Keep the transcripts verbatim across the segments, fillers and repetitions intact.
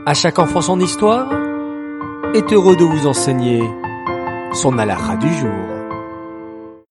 À chaque enfant son histoire est heureux de vous enseigner son halakha du jour.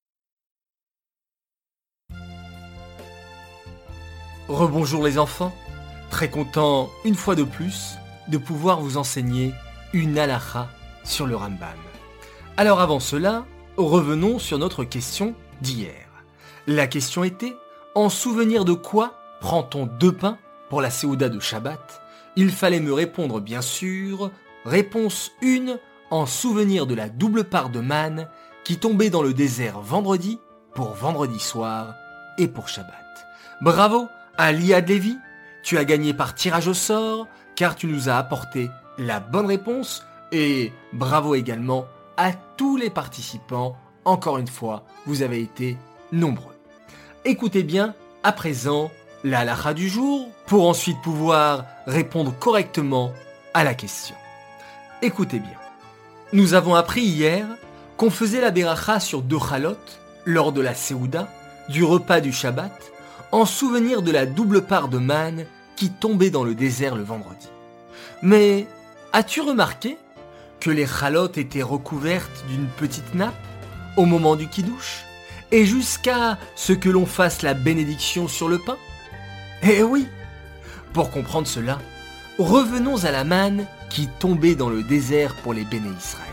Rebonjour les enfants, très content une fois de plus de pouvoir vous enseigner une halakha sur le Rambam. Alors avant cela, revenons sur notre question d'hier. La question était, en souvenir de quoi prend-on deux pains pour la Séouda de Shabbat? Il fallait me répondre bien sûr, réponse un, en souvenir de la double part de manne qui tombait dans le désert vendredi pour vendredi soir et pour Shabbat. Bravo à Liad Lévi, tu as gagné par tirage au sort car tu nous as apporté la bonne réponse et bravo également à tous les participants. Encore une fois, vous avez été nombreux. Écoutez bien à présent la halakha du jour pour ensuite pouvoir répondre correctement à la question. Écoutez bien. Nous avons appris hier qu'on faisait la beracha sur deux chalot lors de la Séouda, du repas du Shabbat, en souvenir de la double part de manne qui tombait dans le désert le vendredi. Mais as-tu remarqué que les chalots étaient recouvertes d'une petite nappe au moment du kidouche et jusqu'à ce que l'on fasse la bénédiction sur le pain? Eh oui! Pour comprendre cela, revenons à la manne qui tombait dans le désert pour les béné Israël.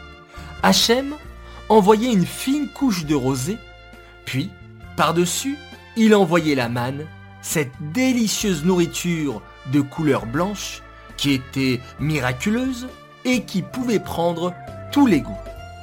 Hachem envoyait une fine couche de rosée, puis, par-dessus, il envoyait la manne, cette délicieuse nourriture de couleur blanche qui était miraculeuse et qui pouvait prendre tous les goûts.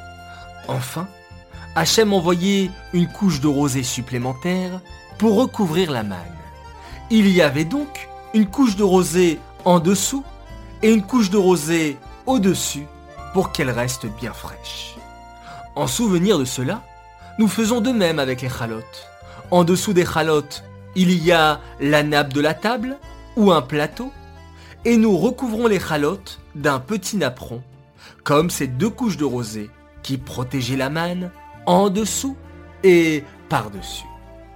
Enfin, Hachem envoyait une couche de rosée supplémentaire pour recouvrir la manne. Il y avait donc une couche de rosée en dessous et une couche de rosée au-dessus pour qu'elle reste bien fraîche. En souvenir de cela, nous faisons de même avec les chalotes. En dessous des chalotes, il y a la nappe de la table ou un plateau et nous recouvrons les chalotes d'un petit napperon, comme ces deux couches de rosée qui protégeaient la manne en dessous et par-dessus.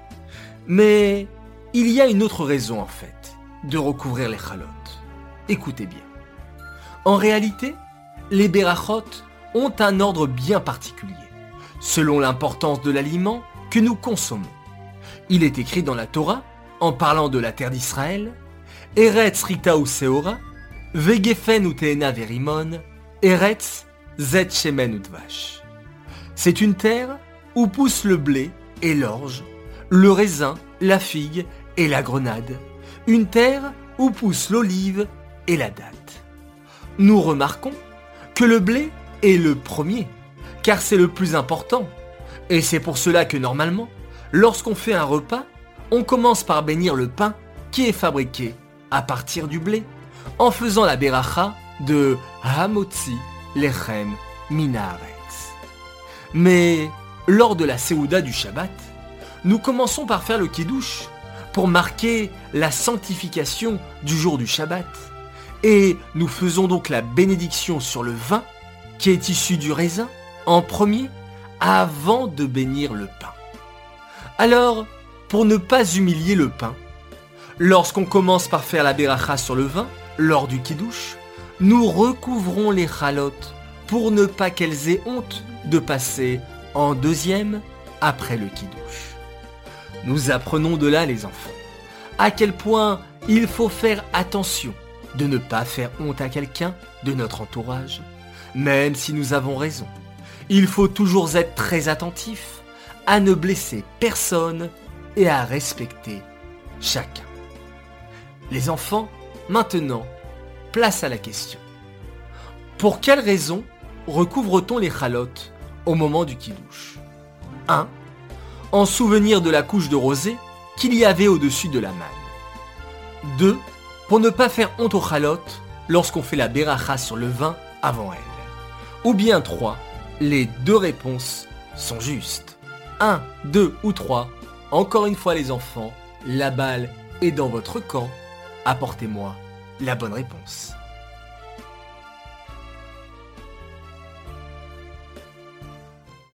Mais il y a une autre raison en fait de recouvrir les chalotes. Écoutez bien. En réalité, les berachot ont un ordre bien particulier, selon l'importance de l'aliment que nous consommons. Il est écrit dans la Torah, en parlant de la terre d'Israël, Eretz rita u seora, vegefen u teena verimon, Eretz zet shemen u dvash. C'est une terre où pousse le blé et l'orge, le raisin, la figue et la grenade. Une terre où pousse l'olive et la date. Nous remarquons que le blé est le premier, car c'est le plus important. Et c'est pour cela que normalement, lorsqu'on fait un repas, on commence par bénir le pain qui est fabriqué à partir du blé, en faisant la beracha de Hamotzi Lechem Minaretz. Mais lors de la Séouda du Shabbat, nous commençons par faire le kidouche pour marquer la sanctification du jour du Shabbat. Et nous faisons donc la bénédiction sur le vin qui est issu du raisin en premier avant de bénir le pain. Alors, pour ne pas humilier le pain, lorsqu'on commence par faire la beracha sur le vin, lors du kidouche, nous recouvrons les chalotes pour ne pas qu'elles aient honte de passer en deuxième après le kidouche. Nous apprenons de là, les enfants, à quel point il faut faire attention de ne pas faire honte à quelqu'un de notre entourage, même si nous avons raison. Il faut toujours être très attentif à ne blesser personne et à respecter chacun. Les enfants, maintenant, place à la question. Pour quelle raison recouvre-t-on les chalotes au moment du kidouche? un. En souvenir de la couche de rosée qu'il y avait au-dessus de la manne. deux. Pour ne pas faire honte aux chalotes lorsqu'on fait la beracha sur le vin avant elle. Ou bien trois. Les deux réponses sont justes. un, deux ou trois. Encore une fois les enfants, la balle est dans votre camp. Apportez-moi la bonne réponse.